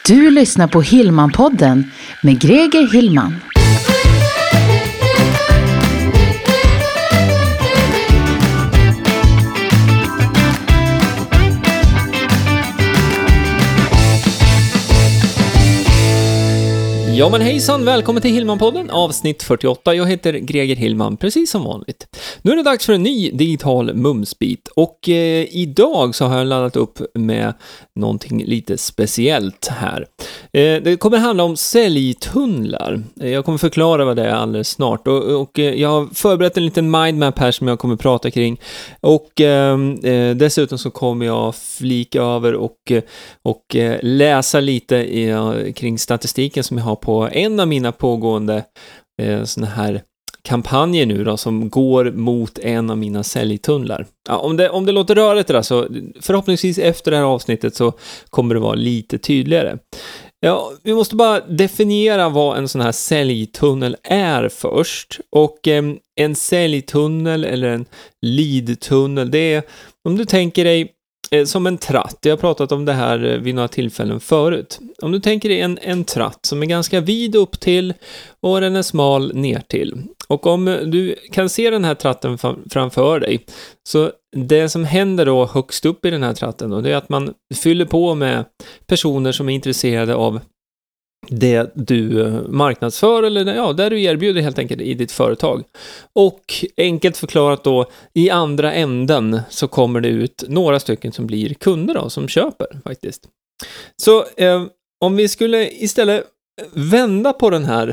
Du lyssnar på Hillman-podden med Greger Hillman. Ja men hejsan, välkommen till Hillman-podden, avsnitt 48. Jag heter Greger Hillman, precis som vanligt. Nu är det dags för en ny digital mumsbit och idag så har jag laddat upp med någonting lite speciellt här. Det kommer handla om säljtunnlar. Jag kommer förklara vad det är alldeles snart och jag har förberett en liten mindmap här som jag kommer prata kring och dessutom så kommer jag flika över och läsa lite kring statistiken som jag har på en av mina pågående såna här kampanjer nu då, som går mot en av mina säljtunnlar. Ja, om det låter rörigt där, så förhoppningsvis efter det här avsnittet så kommer det vara lite tydligare. Ja, vi måste bara definiera vad en sån här säljtunnel är först. Och en säljtunnel eller en lead-tunnel, det är, om du tänker dig som en tratt. Jag har pratat om det här vid några tillfällen förut. Om du tänker dig en tratt som är ganska vid upp till och den är smal ner till. Och om du kan se den här tratten framför dig, så det som händer då högst upp i den här tratten då, det är att man fyller på med personer som är intresserade av det du marknadsför eller ja, där du erbjuder helt enkelt i ditt företag. Och enkelt förklarat då, i andra änden så kommer det ut några stycken som blir kunder då, som köper faktiskt. Så om vi skulle istället vända på den här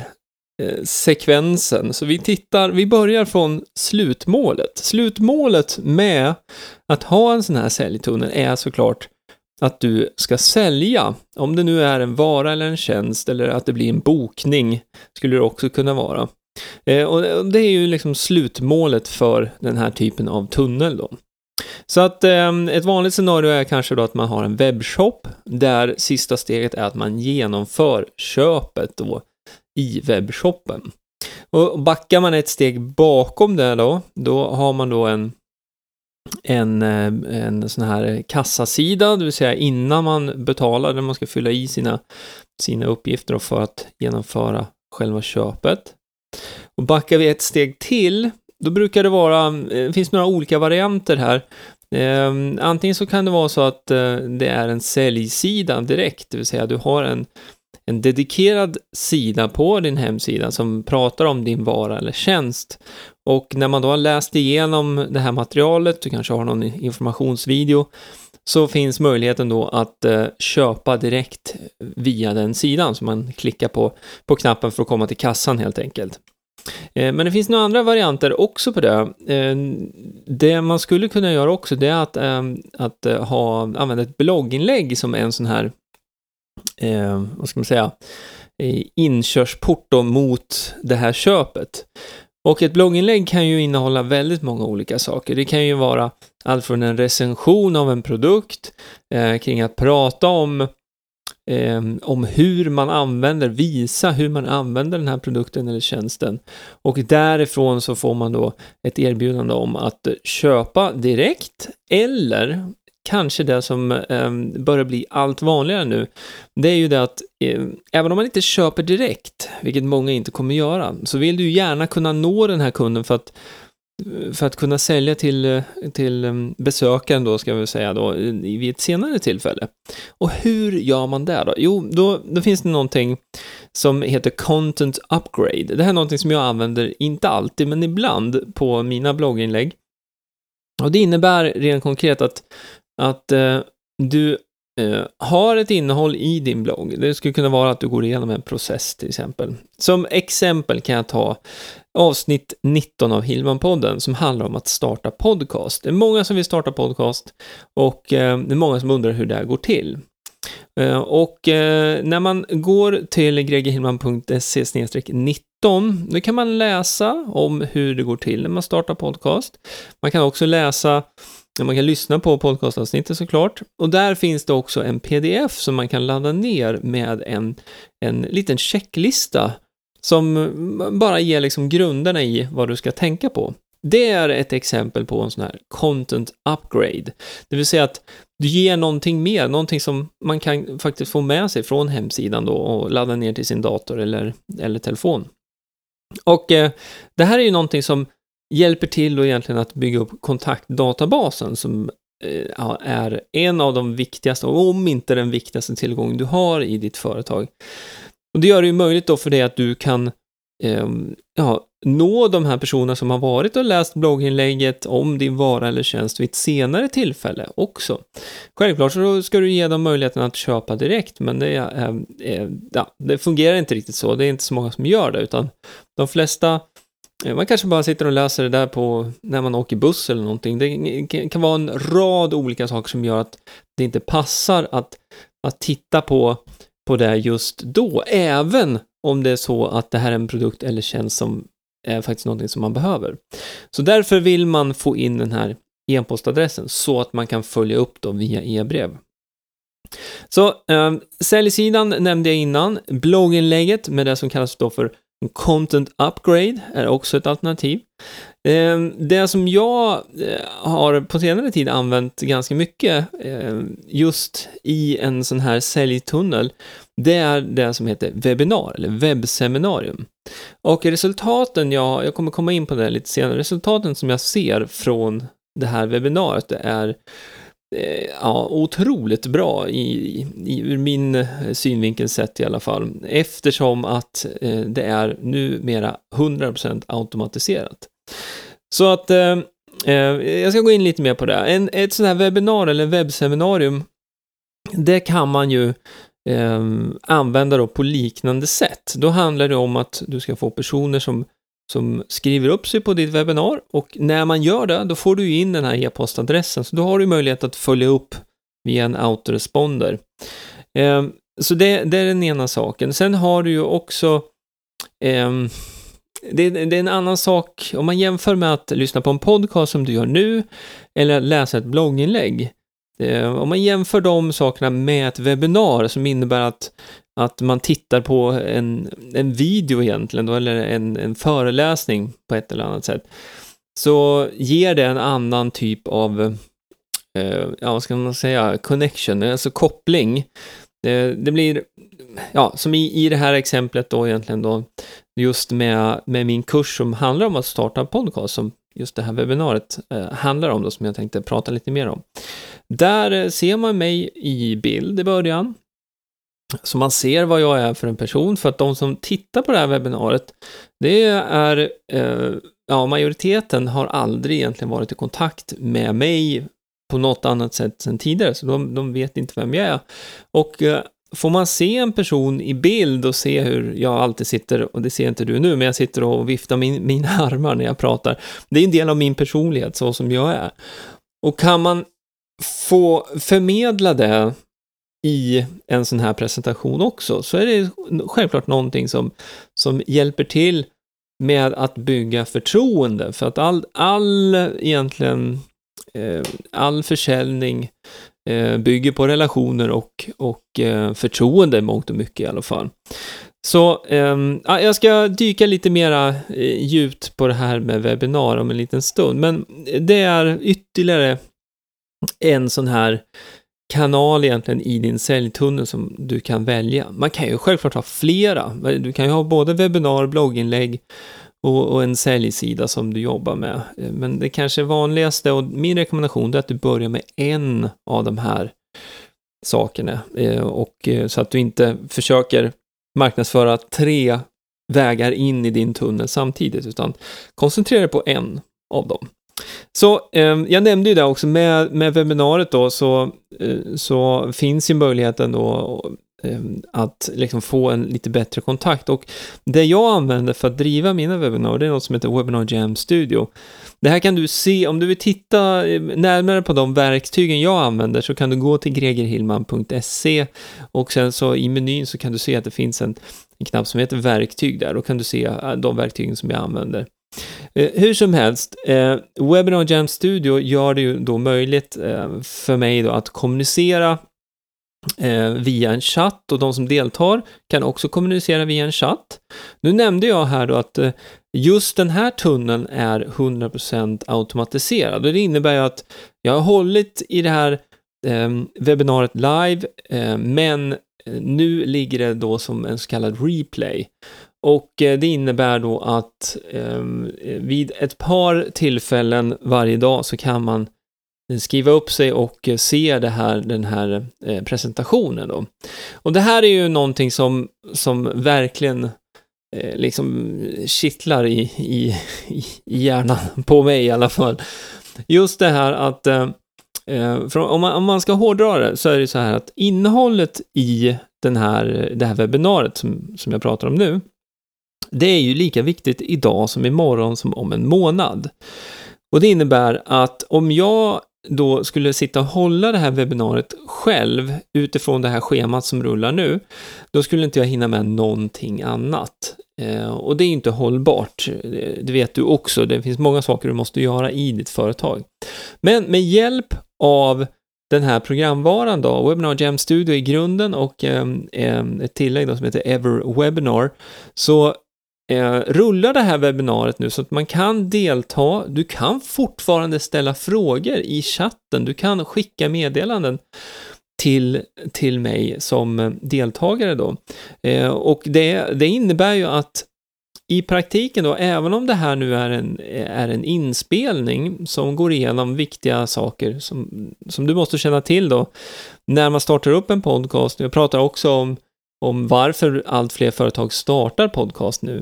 sekvensen, så vi börjar från slutmålet. Slutmålet med att ha en sån här säljtunnel är såklart att du ska sälja, om det nu är en vara eller en tjänst eller att det blir en bokning, skulle det också kunna vara. Och det är ju liksom slutmålet för den här typen av tunnel då. Så att ett vanligt scenario är kanske då att man har en webbshop där sista steget är att man genomför köpet då i webbshoppen. Och backar man ett steg bakom det då har man då en sån här kassasida, det vill säga innan man betalar, där man ska fylla i sina uppgifter för att genomföra själva köpet. Och backar vi ett steg till, då brukar det finns några olika varianter här. Antingen så kan det vara så att det är en säljsida direkt, det vill säga du har en dedikerad sida på din hemsida som pratar om din vara eller tjänst. Och när man då har läst igenom det här materialet, du kanske har någon informationsvideo, så finns möjligheten då att köpa direkt via den sidan, så man klickar på knappen för att komma till kassan helt enkelt. Men det finns några andra varianter också på det. Det man skulle kunna göra också, det är att använda ett blogginlägg som en sån här vad ska man säga, inkörsport då mot det här köpet. Och ett blogginlägg kan ju innehålla väldigt många olika saker. Det kan ju vara allt från en recension av en produkt, kring att prata om hur man visa hur man använder den här produkten eller tjänsten. Och därifrån så får man då ett erbjudande om att köpa direkt, eller kanske det som börjar bli allt vanligare nu, det är ju det att även om man inte köper direkt, vilket många inte kommer göra, så vill du gärna kunna nå den här kunden för att kunna sälja till besökaren då, ska vi säga då, vid ett senare tillfälle. Och hur gör man det då? Jo, då finns det någonting som heter Content Upgrade. Det här är någonting som jag använder, inte alltid, men ibland på mina blogginlägg. Och det innebär rent konkret att du har ett innehåll i din blogg. Det skulle kunna vara att du går igenom en process till exempel. Som exempel kan jag ta avsnitt 19 av Hillman-podden som handlar om att starta podcast. Det är många som vill starta podcast och det är många som undrar hur det här går till. Och när man går till gregerhillman.se/19 då kan man läsa om hur det går till när man startar podcast. Man kan också man kan lyssna på podcastavsnittet såklart. Och där finns det också en pdf som man kan ladda ner med en liten checklista som bara ger liksom grunderna i vad du ska tänka på. det är ett exempel på en sån här content upgrade. Det vill säga att du ger någonting mer, någonting som man kan faktiskt få med sig från hemsidan då och ladda ner till sin dator eller telefon. Och det här är ju någonting som hjälper till då egentligen att bygga upp kontaktdatabasen som är en av de viktigaste, om inte den viktigaste tillgången du har i ditt företag. Och det gör det ju möjligt då för dig att du kan nå de här personerna som har varit och läst blogginlägget om din vara eller tjänst vid ett senare tillfälle också. Självklart så ska du ge dem möjligheten att köpa direkt, men det fungerar inte riktigt så. Det är inte så många som gör det, utan de flesta, man kanske bara sitter och läser det där på när man åker buss eller någonting. Det kan vara en rad olika saker som gör att det inte passar att titta på det just då, även om det är så att det här är en produkt eller tjänst som är faktiskt någonting som man behöver. Så därför vill man få in den här e-postadressen så att man kan följa upp dem via e-brev. Så säljsidan nämnde jag innan. Blogginlägget med det som kallas då för content upgrade är också ett alternativ. Det som jag har på senare tid använt ganska mycket just i en sån här säljtunnel, det är det som heter webbinar eller webbseminarium. Och resultaten, jag kommer komma in på det lite senare, resultaten som jag ser från det här webbinariet är otroligt bra ur min synvinkel sett i alla fall, eftersom att det är numera 100% automatiserat. Så att jag ska gå in lite mer på det. Ett sånt här webbinar eller webbseminarium, det kan man ju använda då på liknande sätt. Då handlar det om att du ska få personer som skriver upp sig på ditt webbinar, och när man gör det, då får du in den här e-postadressen, så då har du möjlighet att följa upp via en autoresponder. Så det är den ena saken. Sen har du ju också det är en annan sak om man jämför med att lyssna på en podcast som du gör nu eller läsa ett blogginlägg. Om man jämför de sakerna med ett webbinar som innebär att man tittar på en video egentligen då, eller en föreläsning på ett eller annat sätt, så ger det en annan typ av vad ska man säga, connection, alltså koppling. Det blir som i det här exemplet då egentligen då, just med min kurs som handlar om att starta en podcast, som just det här webbinariet handlar om då, som jag tänkte prata lite mer om. Där ser man mig i bild i början. Så man ser vad jag är för en person, för att de som tittar på det här webbinariet, det är majoriteten har aldrig egentligen varit i kontakt med mig på något annat sätt än tidigare, så de vet inte vem jag är. Och får man se en person i bild och se hur jag alltid sitter, och det ser inte du nu, men jag sitter och viftar mina armar när jag pratar. Det är en del av min personlighet, så som jag är. Och kan man få förmedla det i en sån här presentation också, så är det självklart någonting som hjälper till med att bygga förtroende, för att all försäljning bygger på relationer och förtroende, mångt och mycket i alla fall. Så jag ska dyka lite mera djupt på det här med webbinar om en liten stund, men det är ytterligare en sån här kanal egentligen i din säljtunnel som du kan välja. Man kan ju självklart ha flera. Du kan ju ha både webbinar, blogginlägg och en säljsida som du jobbar med. Men det kanske vanligaste, och min rekommendation är att du börjar med en av de här sakerna. Och så att du inte försöker marknadsföra 3 vägar in i din tunnel samtidigt, utan koncentrera dig på en av dem. Så jag nämnde ju det också med webbinariet då, så finns ju möjligheten då att liksom få en lite bättre kontakt, och det jag använder för att driva mina webbinar, det är något som heter Webinar Jam Studio. Det här kan du se, om du vill titta närmare på de verktygen jag använder, så kan du gå till gregerhillman.se, och sen så i menyn så kan du se att det finns en knapp som heter verktyg där, och kan du se de verktygen som jag använder. Hur som helst, Webinar Jam Studio gör det ju då möjligt för mig då att kommunicera via en chatt, och de som deltar kan också kommunicera via en chatt. Nu nämnde jag här då att just den här tunneln är 100% automatiserad. Och det innebär ju att jag har hållit i det här webbinariet live, men nu ligger det då som en så kallad replay. Och det innebär då att vid ett par tillfällen varje dag så kan man skriva upp sig och se den här presentationen då. Och det här är ju någonting som verkligen liksom kittlar i hjärnan på mig i alla fall. Just det här att om man ska hårdra det, så är det så här att innehållet i det här webbinariet som jag pratar om nu, det är ju lika viktigt idag som imorgon som om en månad. Och det innebär att om jag då skulle sitta och hålla det här webbinariet själv utifrån det här schemat som rullar nu, då skulle inte jag hinna med någonting annat. Och det är inte hållbart, det vet du också. Det finns många saker du måste göra i ditt företag. Men med hjälp av den här programvaran då, Webinar Jam Studio i grunden och ett tillägg då som heter Ever Webinar, så rullar det här webbinariet nu så att man kan delta. Du kan fortfarande ställa frågor i chatten. Du kan skicka meddelanden till mig som deltagare då. Och det innebär ju att i praktiken då, även om det här nu är en inspelning som går igenom viktiga saker som du måste känna till då när man startar upp en podcast. Jag pratar också om varför allt fler företag startar podcast nu.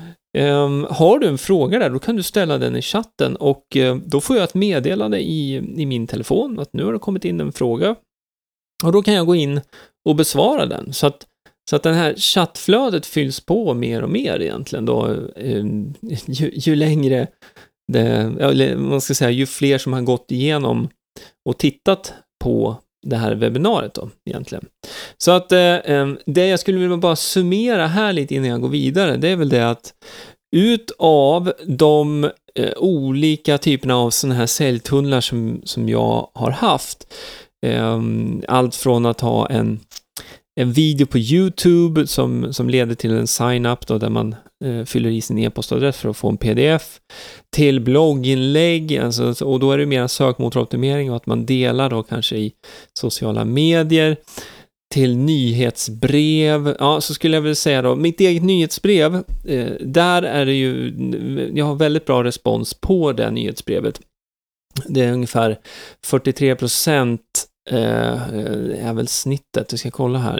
Har du en fråga där, då kan du ställa den i chatten och då får jag ett meddelande i min telefon att nu har det kommit in en fråga. Och då kan jag gå in och besvara den. Så att den här chattflödet fylls på mer och mer egentligen då, ju längre man ska säga, ju fler som har gått igenom och tittat på det här webbinariet då egentligen. Så att det jag skulle vilja bara summera här lite innan jag går vidare, det är väl det att utav de olika typerna av såna här säljtunnlar som jag har haft, allt från att ha en video på YouTube som leder till en sign-up då, där man fyller i sin e-postadress för att få en pdf, till blogginlägg, alltså, och då är det mer sökmotoroptimering och att man delar då kanske i sociala medier, till nyhetsbrev. Ja, så skulle jag väl säga då, mitt eget nyhetsbrev, där är det ju, jag har väldigt bra respons på det nyhetsbrevet. Det är ungefär 43% är väl snittet, jag ska kolla här.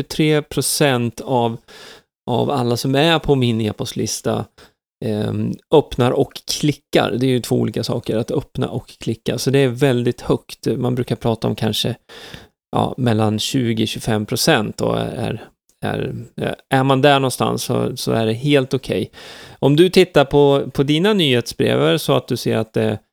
43% av alla som är på min e-postlista öppnar och klickar. Det är ju två olika saker, att öppna och klicka. Så det är väldigt högt. Man brukar prata om kanske mellan 20-25%, och är man där någonstans så är det helt okej. Om du tittar på dina nyhetsbrev så att du ser att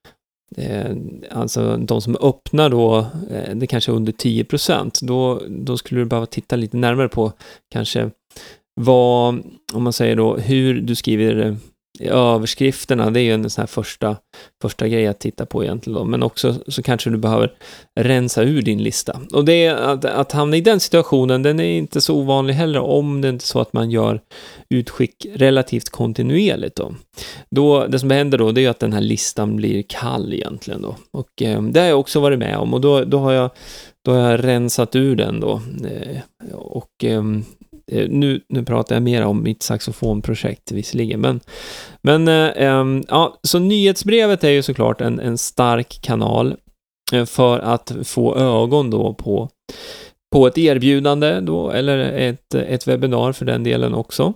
alltså de som öppnar då, det kanske är under 10%, då skulle du behöva titta lite närmare på kanske vad, om man säger då, hur du skriver överskrifterna. Det är ju en sån här första grej att titta på egentligen då. Men också så kanske du behöver rensa ur din lista. Och det är att hamna i den situationen, den är inte så ovanlig heller, om det inte är så att man gör utskick relativt kontinuerligt då. Det som händer då, det är att den här listan blir kall egentligen då. Och det har jag också varit med om, och då har jag rensat ur den då. Och nu pratar jag mer om mitt saxofonprojekt visserligen, men så nyhetsbrevet är ju såklart en stark kanal för att få ögon då på ett erbjudande då, eller ett webbinar för den delen också.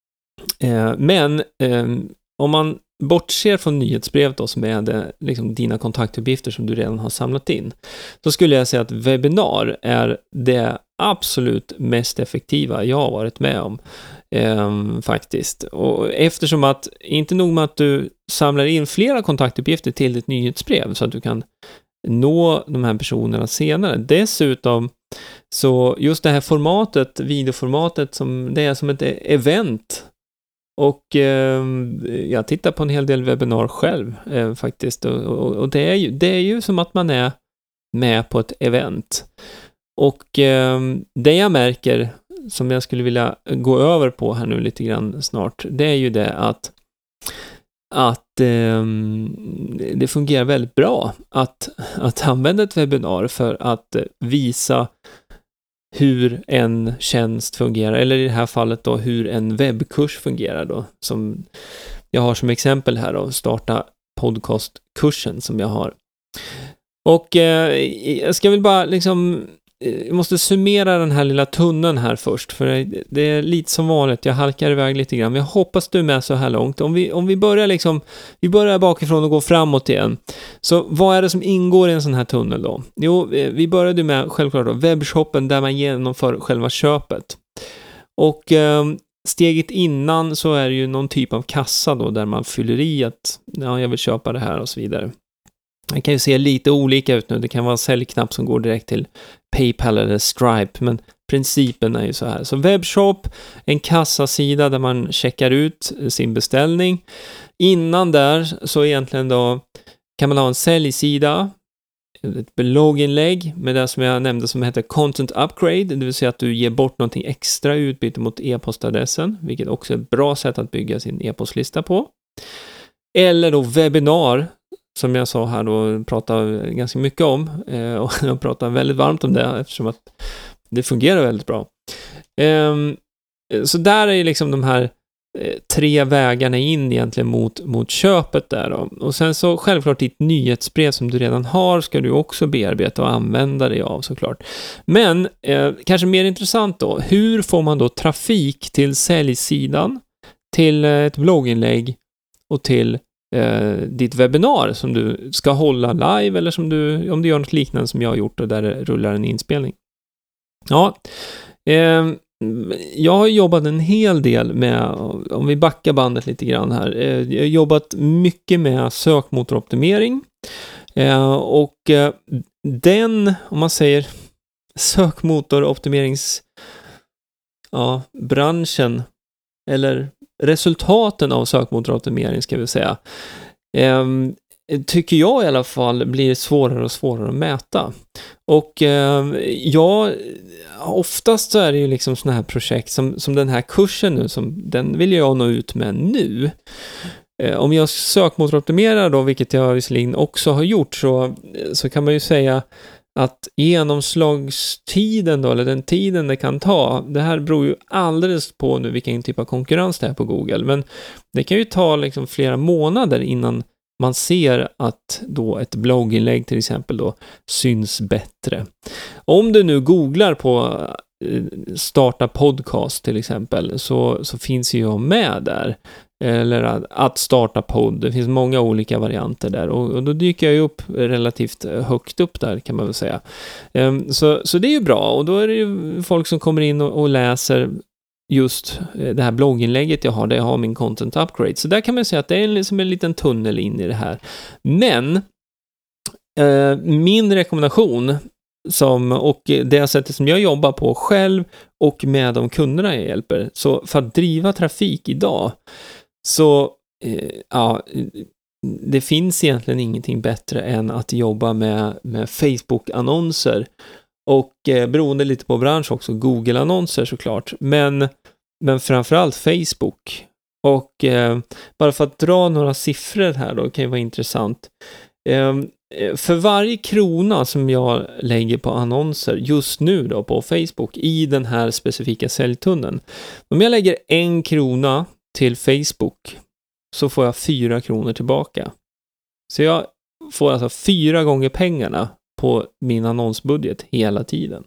Men om man bortser från nyhetsbrevet då, som är liksom dina kontaktuppgifter som du redan har samlat in, så skulle jag säga att webbinar är det absolut mest effektiva jag har varit med om faktiskt. Och eftersom att, inte nog med att du samlar in flera kontaktuppgifter till ditt nyhetsbrev så att du kan nå de här personerna senare. Dessutom så just det här formatet, videoformatet, det är som ett event. Och jag tittar på en hel del webbinar själv faktiskt. Och det är ju som att man är med på ett event. Och det jag märker, som jag skulle vilja gå över på här nu lite grann snart, det är ju det att att det fungerar väldigt bra att använda ett webbinar för att visa hur en tjänst fungerar, eller i det här fallet då hur en webbkurs fungerar då, som jag har som exempel här då, starta podcastkursen som jag har. Och jag ska väl bara liksom, jag måste summera den här lilla tunneln här först, för det är lite som vanligt, jag halkar iväg lite grann, men jag hoppas du är med så här långt. Om vi börjar liksom, vi börjar bakifrån och går framåt igen. Så vad är det som ingår i en sån här tunnel då? Jo, vi började med självklart då webbshoppen där man genomför själva köpet. Och steget innan så är det ju någon typ av kassa då, där man fyller i att ja, jag vill köpa det här och så vidare. Det kan ju se lite olika ut nu. Det kan vara en säljknapp som går direkt till PayPal eller Stripe, men principen är ju så här. Så webbshop, en kassasida där man checkar ut sin beställning. Innan där så egentligen då kan man ha en säljsida, ett blogginlägg med det som jag nämnde som heter Content Upgrade, det vill säga att du ger bort någonting extra i utbyte mot e-postadressen, vilket också är ett bra sätt att bygga sin e-postlista på. Eller då webbinar, som jag sa här då, pratar ganska mycket om, och jag pratar väldigt varmt om det eftersom att det fungerar väldigt bra. Så där är ju liksom de här 3 vägarna in egentligen mot köpet där då. Och sen så självklart ditt nyhetsbrev som du redan har ska du också bearbeta och använda dig av såklart. Men kanske mer intressant då, hur får man då trafik till säljsidan, till ett blogginlägg och till ditt webbinar som du ska hålla live, eller som du, om du gör något liknande som jag har gjort och där det rullar en inspelning. Ja, jag har jobbat en hel del med, om vi backar bandet lite grann här, jag har jobbat mycket med sökmotoroptimering, och den, om man säger sökmotoroptimerings branschen, eller resultaten av sökmotoroptimering ska vi säga, tycker jag i alla fall blir svårare och svårare att mäta. Och ja, oftast så är det ju liksom såna här projekt som den här kursen nu, som den vill jag nå ut med nu. Om jag sökmotoroptimerar då, vilket jag visserligen också har gjort, så kan man ju säga att genomslagstiden då, eller den tiden det kan ta, det här beror ju alldeles på nu vilken typ av konkurrens det är på Google, men det kan ju ta liksom flera månader innan man ser att då ett blogginlägg till exempel då syns bättre. Om du nu googlar på starta podcast till exempel, så finns ju jag med där. Eller att starta podd. Det finns många olika varianter där. Och då dyker jag ju upp relativt högt upp där, kan man väl säga. Så det är ju bra. Och då är det ju folk som kommer in och läser just det här blogginlägget jag har, där jag har min content upgrade. Så där kan man säga att det är liksom en liten tunnel in i det här. Men min rekommendation och det sättet som jag jobbar på själv och med de kunderna jag hjälper, så för att driva trafik idag, så det finns egentligen ingenting bättre än att jobba med Facebook-annonser och beroende lite på bransch också Google-annonser såklart, men framförallt Facebook. Och bara för att dra några siffror här då, kan ju vara intressant. För varje krona som jag lägger på annonser just nu då på Facebook i den här specifika säljtunneln, om jag lägger 1 krona till Facebook, så får jag 4 kronor tillbaka. Så jag får alltså 4 gånger pengarna på min annonsbudget hela tiden.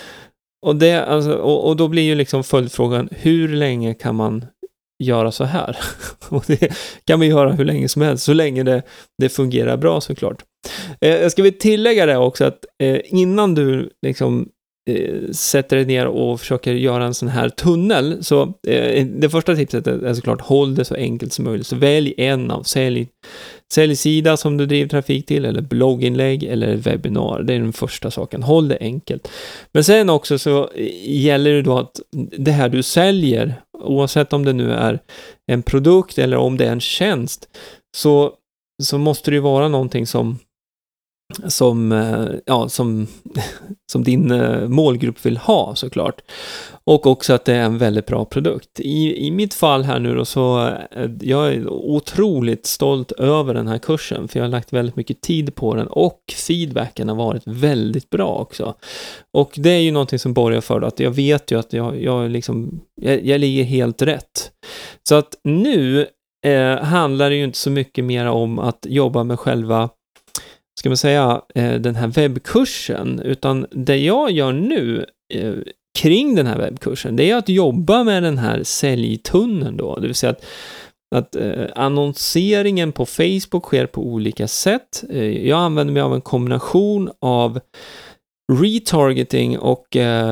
Och då blir ju liksom följdfrågan, hur länge kan man göra så här? Och det kan man göra hur länge som helst, så länge det fungerar bra såklart. Jag ska väl tillägga det också, att innan du liksom sätter dig ner och försöker göra en sån här tunnel, så det första tipset är såklart, håll det så enkelt som möjligt. Så välj en av säljsida som du driver trafik till, eller blogginlägg eller webbinar. Det är den första saken. Håll det enkelt. Men sen också så gäller det då att det här du säljer, oavsett om det nu är en produkt eller om det är en tjänst, så måste det ju vara någonting som som din målgrupp vill ha, såklart. Och också att det är en väldigt bra produkt. I mitt fall här nu då, så jag är otroligt stolt över den här kursen, för jag har lagt väldigt mycket tid på den och feedbacken har varit väldigt bra också. Och det är ju någonting som borgar för att jag vet ju att jag ligger helt rätt. Så att nu handlar det ju inte så mycket mer om att jobba med själva, ska man säga, den här webbkursen, utan det jag gör nu kring den här webbkursen, det är att jobba med den här säljtunneln då, det vill säga att annonseringen på Facebook sker på olika sätt. Jag använder mig av en kombination av retargeting och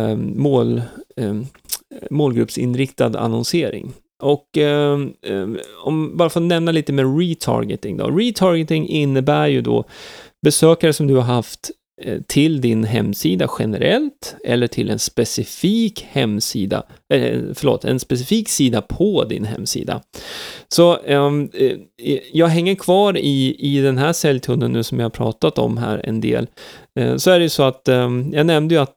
målgruppsinriktad annonsering. Och om bara för att nämna lite med retargeting då. Retargeting innebär ju då besökare som du har haft till din hemsida generellt eller till en specifik hemsida, en specifik sida på din hemsida. Så jag hänger kvar i den här säljtunneln nu som jag har pratat om här en del. Så är det ju så att jag nämnde ju att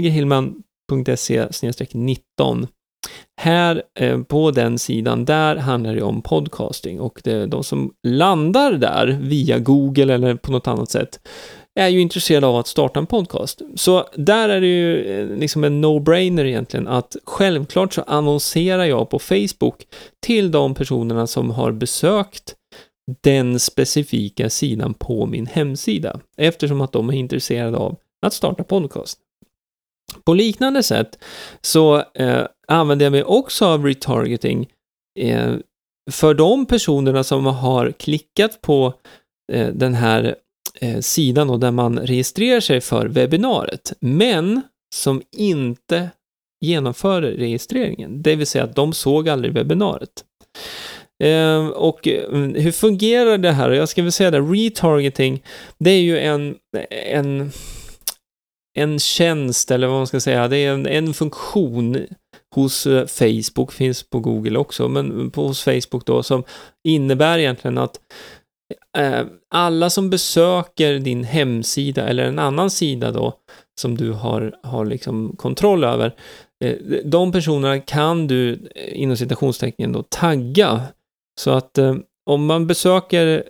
gregerhillman.se/19 här på den sidan, där handlar det om podcasting, och de som landar där via Google eller på något annat sätt är ju intresserade av att starta en podcast. Så där är det ju liksom en no-brainer egentligen, att självklart så annonserar jag på Facebook till de personerna som har besökt den specifika sidan på min hemsida, eftersom att de är intresserade av att starta podcast. På liknande sätt så använder jag mig också av retargeting för de personerna som har klickat på den här sidan och där man registrerar sig för webbinariet, men som inte genomför registreringen. Det vill säga att de såg aldrig webbinariet. Och hur fungerar det här? Jag ska väl säga det, retargeting, det är ju en tjänst, eller vad man ska säga, det är en funktion hos Facebook, finns på Google också, men hos Facebook då, som innebär egentligen att alla som besöker din hemsida eller en annan sida då som du har liksom kontroll över, de personerna kan du inom citationstecken då tagga, så att om man besöker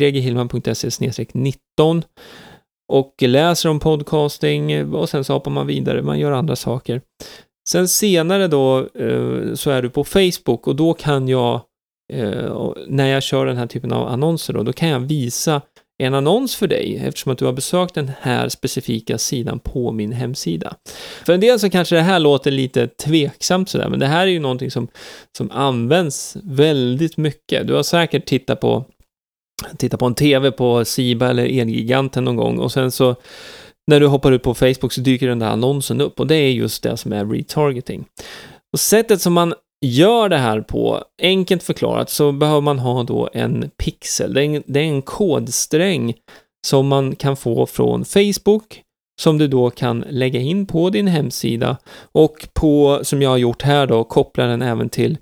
gregerhillman.se/19 och läser om podcasting och sen så hoppar man vidare, man gör andra saker. Sen senare då så är du på Facebook, och då kan jag när jag kör den här typen av annonser då kan jag visa en annons för dig, eftersom att du har besökt den här specifika sidan på min hemsida. För en del så kanske det här låter lite tveksamt sådär, men det här är ju någonting som används väldigt mycket. Du har säkert tittat på en tv på Siba eller Elgiganten någon gång, och sen så när du hoppar ut på Facebook så dyker den där annonsen upp, och det är just det som är retargeting. Och sättet som man gör det här på, enkelt förklarat, så behöver man ha då en pixel. Det är en kodsträng som man kan få från Facebook, som du då kan lägga in på din hemsida, och som jag har gjort här då, koppla den även till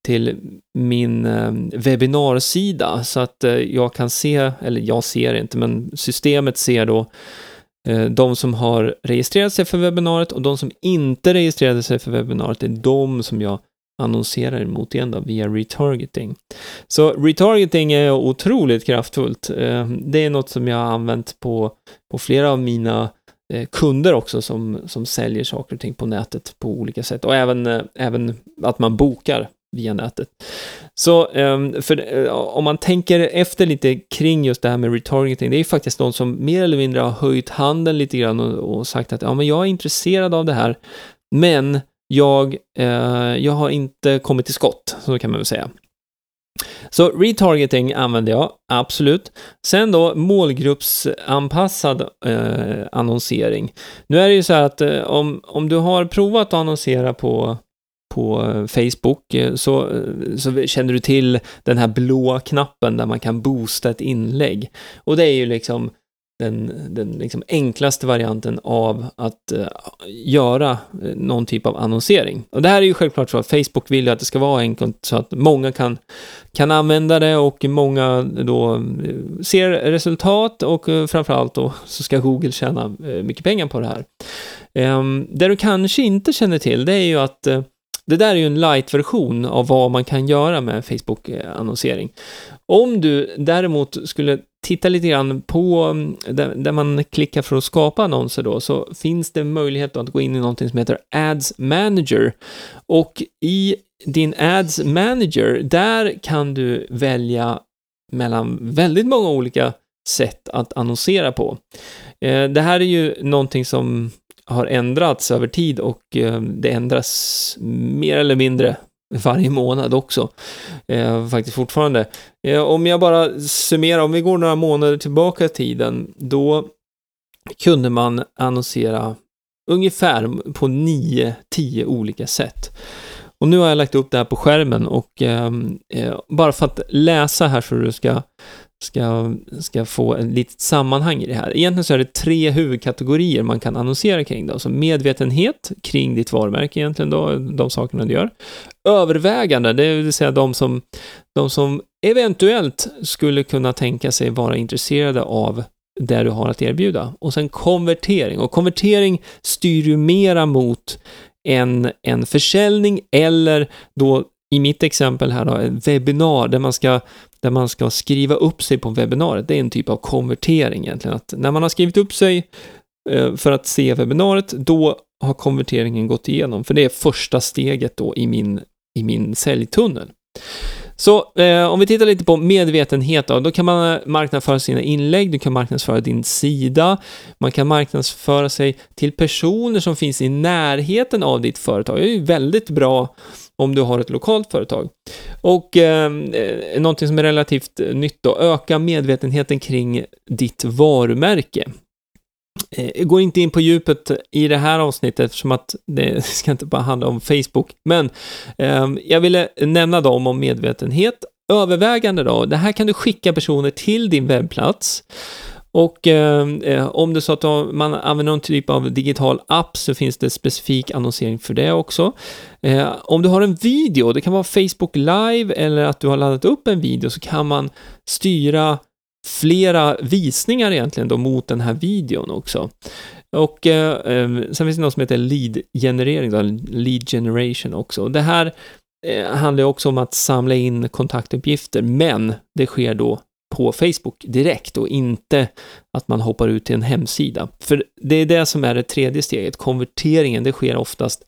min webbinarsida, så att jag kan se, eller jag ser inte, men systemet ser då de som har registrerat sig för webbinariet, och de som inte registrerade sig för webbinariet, det är de som jag annonserar emot igen då, via retargeting. Så retargeting är otroligt kraftfullt. Det är något som jag har använt på flera av mina kunder också, som säljer saker och ting på nätet på olika sätt, och även att man bokar via nätet. Så om man tänker efter lite kring just det här med retargeting, det är faktiskt de som mer eller mindre har höjt handen lite grann och sagt att men jag är intresserad av det här, men jag har inte kommit till skott, så kan man väl säga. Så retargeting använder jag, absolut. Sen då målgruppsanpassad annonsering. Nu är det ju så här att om du har provat att annonsera på Facebook, så känner du till den här blåa knappen där man kan boosta ett inlägg. Och det är ju liksom den liksom enklaste varianten av att göra någon typ av annonsering. Och det här är ju självklart så att Facebook vill ju att det ska vara enkelt så att många kan använda det och många då ser resultat och framförallt då så ska Google tjäna mycket pengar på det här. Det du kanske inte känner till, det är ju att det där är ju en light-version av vad man kan göra med Facebook-annonsering. Om du däremot skulle titta lite grann på där man klickar för att skapa annonser då, så finns det möjlighet att gå in i någonting som heter Ads Manager. Och i din Ads Manager, där kan du välja mellan väldigt många olika sätt att annonsera på. Det här är ju någonting som har ändrats över tid och det ändras mer eller mindre varje månad också. Faktiskt fortfarande. Om jag bara summerar, om vi går några månader tillbaka i tiden, då kunde man annonsera ungefär på 9-10 olika sätt. Och nu har jag lagt upp det här på skärmen och bara för att läsa här så du ska få en litet sammanhang i det här. Egentligen så är det 3 huvudkategorier man kan annonsera kring då. Så medvetenhet kring ditt varumärke egentligen då, de sakerna du gör. Övervägande, det vill säga de som eventuellt skulle kunna tänka sig vara intresserade av det du har att erbjuda. Och sen konvertering. Och konvertering styr ju mera mot en försäljning eller då i mitt exempel här då, en webbinar där man ska skriva upp sig på webbinariet. Det är en typ av konvertering egentligen. Att när man har skrivit upp sig för att se webbinariet, då har konverteringen gått igenom. För det är första steget då i min säljtunnel. Så om vi tittar lite på medvetenhet då kan man marknadsföra sina inlägg, du kan marknadsföra din sida, man kan marknadsföra sig till personer som finns i närheten av ditt företag. Det är ju väldigt bra om du har ett lokalt företag. Och någonting som är relativt nytt då, öka medvetenheten kring ditt varumärke. Jag går inte in på djupet i det här avsnittet eftersom att det ska inte bara handla om Facebook. Men jag ville nämna dem om medvetenhet. Övervägande då, det här kan du skicka personer till din webbplats. Och om det så att man använder någon typ av digital app så finns det specifik annonsering för det också. Om du har en video, det kan vara Facebook Live eller att du har laddat upp en video, så kan man styra flera visningar egentligen då mot den här videon också. Och sen finns det något som heter lead-generering då, lead generation också. Det här handlar också om att samla in kontaktuppgifter, men det sker då på Facebook direkt och inte att man hoppar ut till en hemsida. För det är det som är det tredje steget. Konverteringen, det sker oftast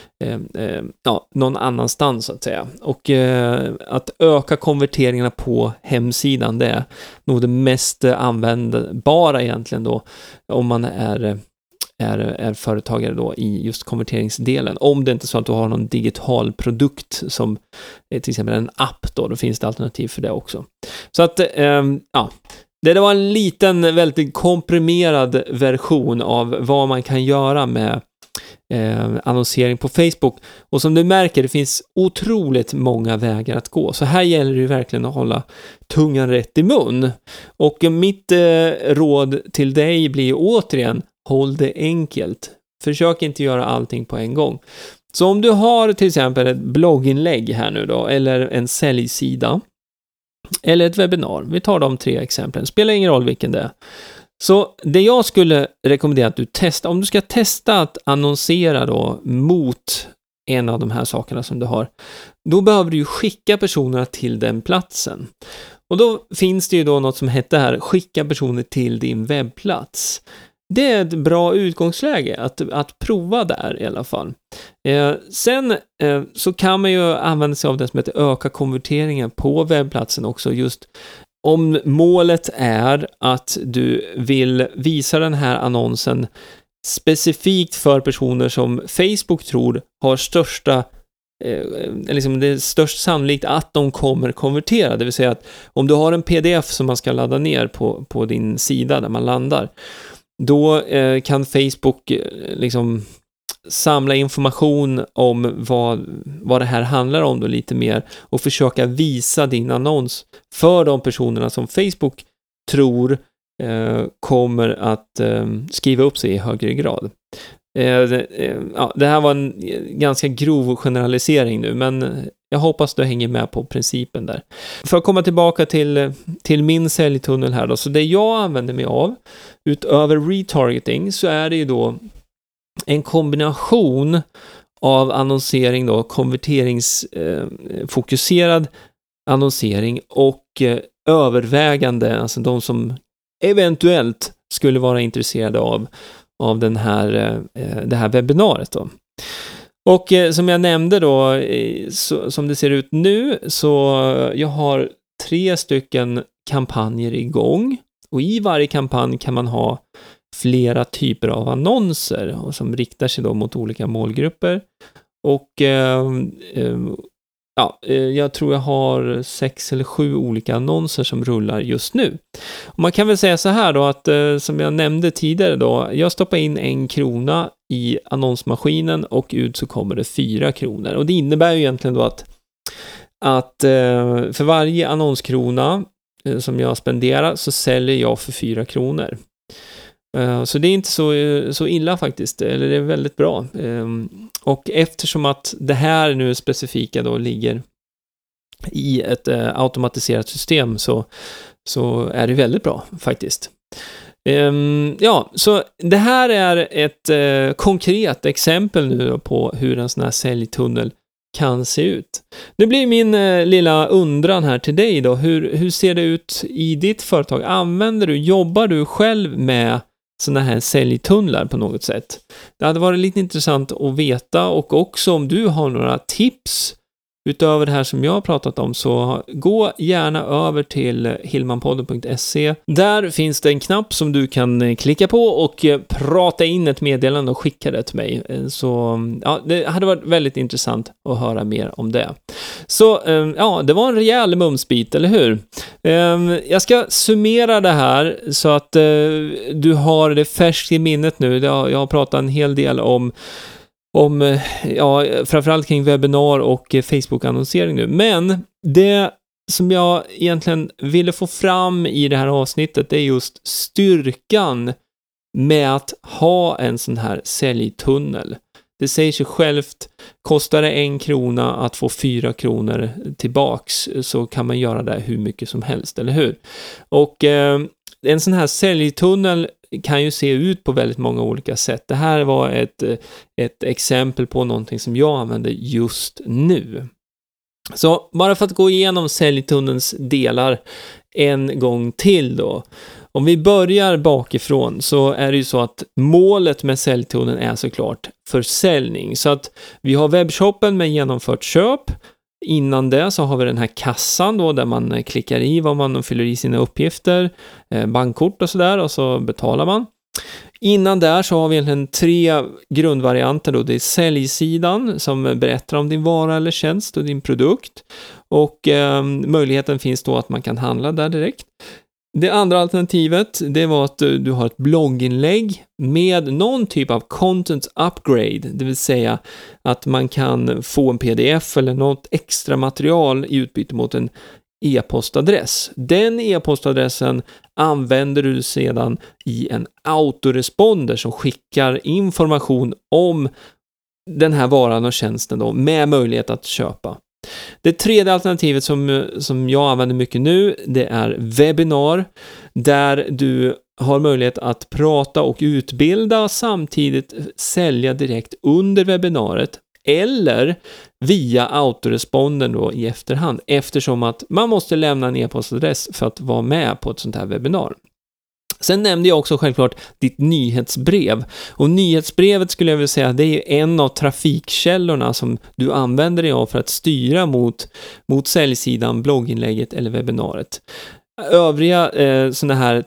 någon annanstans så att säga. Och att öka konverteringarna på hemsidan, det är nog det mest användbara egentligen då om man är företagare då i just konverteringsdelen. Om det inte är så att du har någon digital produkt som är till exempel en app då finns det alternativ för det också. Så att det var en liten, väldigt komprimerad version av vad man kan göra med annonsering på Facebook. Och som du märker, det finns otroligt många vägar att gå. Så här gäller det ju verkligen att hålla tungan rätt i mun. Och mitt råd till dig blir återigen, håll det enkelt. Försök inte göra allting på en gång. Så om du har till exempel ett blogginlägg här nu då, eller en säljsida, eller ett webbinar. Vi tar de 3 exemplen. Spelar ingen roll vilken det är. Så det jag skulle rekommendera att du testar, om du ska testa att annonsera då mot en av de här sakerna som du har, då behöver du ju skicka personerna till den platsen. Och då finns det ju då något som heter här, skicka personer till din webbplats. Det är ett bra utgångsläge att prova där i alla fall. Sen så kan man ju använda sig av det som heter öka konverteringen på webbplatsen också, just om målet är att du vill visa den här annonsen specifikt för personer som Facebook tror har det är störst sannolikt att de kommer konvertera. Det vill säga att om du har en pdf som man ska ladda ner på din sida där man landar, då kan Facebook liksom samla information om vad det här handlar om då lite mer och försöka visa din annons för de personerna som Facebook tror kommer att skriva upp sig i högre grad. Det här var en ganska grov generalisering nu, men jag hoppas du hänger med på principen där. För att komma tillbaka till min säljtunnel här då, så det jag använder mig av utöver retargeting så är det ju då en kombination av annonsering då, konverteringsfokuserad annonsering och övervägande, alltså de som eventuellt skulle vara intresserade av det här webbinariet då. Och som jag nämnde då, som det ser ut nu, så jag har 3 stycken kampanjer igång. Och i varje kampanj kan man ha flera typer av annonser som riktar sig då mot olika målgrupper. Och jag tror jag har 6 eller 7 olika annonser som rullar just nu. Och man kan väl säga så här då att som jag nämnde tidigare då, jag stoppar in 1 krona i annonsmaskinen och ut så kommer det 4 kronor. Och det innebär ju egentligen då att för varje annonskrona som jag spenderar så säljer jag för 4 kronor. Så det är inte så illa faktiskt, eller det är väldigt bra. Och eftersom att det här nu specifika då ligger i ett automatiserat system så är det väldigt bra faktiskt. Så det här är ett konkret exempel nu på hur en sån här säljtunnel kan se ut. Nu blir min lilla undran här till dig då. Hur ser det ut i ditt företag? Jobbar du själv med såna här säljtunnlar på något sätt? Det hade varit lite intressant att veta, och också om du har några tips utöver det här som jag har pratat om, så gå gärna över till hillmanpodden.se. Där finns det en knapp som du kan klicka på och prata in ett meddelande och skicka det till mig. Så det hade varit väldigt intressant att höra mer om det. Så det var en rejäl mumsbit, eller hur? Jag ska summera det här så att du har det färskt i minnet nu. Jag har pratat en hel del om framförallt kring webbinar och Facebook-annonsering nu. Men det som jag egentligen ville få fram i det här avsnittet är just styrkan med att ha en sån här säljtunnel. Det säger sig självt, kostar det 1 krona att få 4 kronor tillbaks, så kan man göra det hur mycket som helst, eller hur? Och en sån här säljtunnel kan ju se ut på väldigt många olika sätt. Det här var ett exempel på någonting som jag använder just nu. Så bara för att gå igenom säljtunnelns delar en gång till då. Om vi börjar bakifrån så är det ju så att målet med säljtunneln är såklart försäljning. Så att vi har webbshoppen med genomfört köp. Innan det så har vi den här kassan då, där man klickar i vad man fyller i sina uppgifter, bankkort och sådär, och så betalar man. Innan där så har vi egentligen 3 grundvarianter då. Det är säljsidan som berättar om din vara eller tjänst och din produkt, och möjligheten finns då att man kan handla där direkt. Det andra alternativet, det var att du har ett blogginlägg med någon typ av content upgrade, det vill säga att man kan få en pdf eller något extra material i utbyte mot en e-postadress. Den e-postadressen använder du sedan i en autoresponder som skickar information om den här varan och tjänsten då, med möjlighet att köpa. Det tredje alternativet som jag använder mycket nu, det är webbinar, där du har möjlighet att prata och utbilda, samtidigt sälja direkt under webbinariet eller via autorespondern då i efterhand, eftersom att man måste lämna en e-postadress för att vara med på ett sånt här webbinar. Sen nämnde jag också självklart ditt nyhetsbrev. Och nyhetsbrevet skulle jag vilja säga, det är en av trafikkällorna som du använder dig av för att styra mot säljsidan, blogginlägget eller webbinariet. Övriga såna här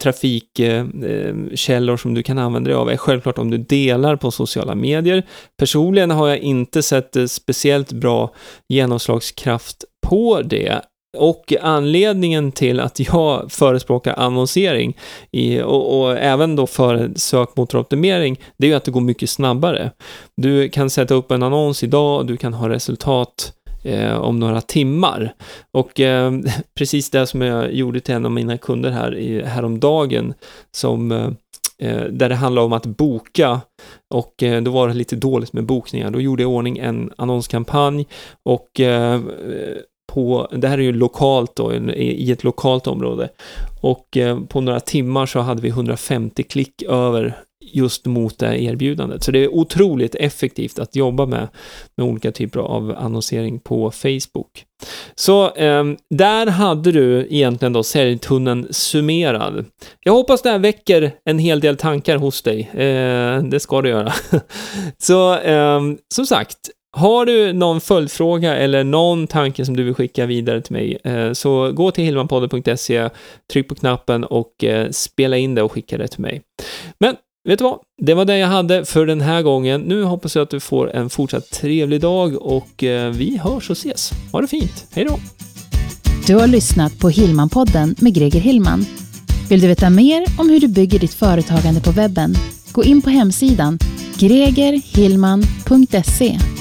trafikkällor som du kan använda dig av är självklart om du delar på sociala medier. Personligen har jag inte sett speciellt bra genomslagskraft på det. Och anledningen till att jag förespråkar annonsering och även då för sökmotoroptimering, det är ju att det går mycket snabbare. Du kan sätta upp en annons idag och du kan ha resultat om några timmar. Och precis det som jag gjorde till en av mina kunder häromdagen, där det handlar om att boka, och då var det lite dåligt med bokningar. Då gjorde jag i ordning en annonskampanj, och det här är ju lokalt då, i ett lokalt område, och på några timmar så hade vi 150 klick över just mot det här erbjudandet. Så det är otroligt effektivt att jobba med olika typer av annonsering på Facebook. Så där hade du egentligen då säljtunneln summerad. Jag hoppas det här väcker en hel del tankar hos dig. Det ska det göra. Så som sagt, har du någon följdfråga eller någon tanke som du vill skicka vidare till mig, så gå till hillmanpodden.se, tryck på knappen och spela in det och skicka det till mig. Men vet du vad? Det var det jag hade för den här gången. Nu hoppas jag att du får en fortsatt trevlig dag, och vi hörs och ses. Ha det fint. Hej då! Du har lyssnat på Hillmanpodden med Greger Hillman. Vill du veta mer om hur du bygger ditt företagande på webben? Gå in på hemsidan gregerhillman.se.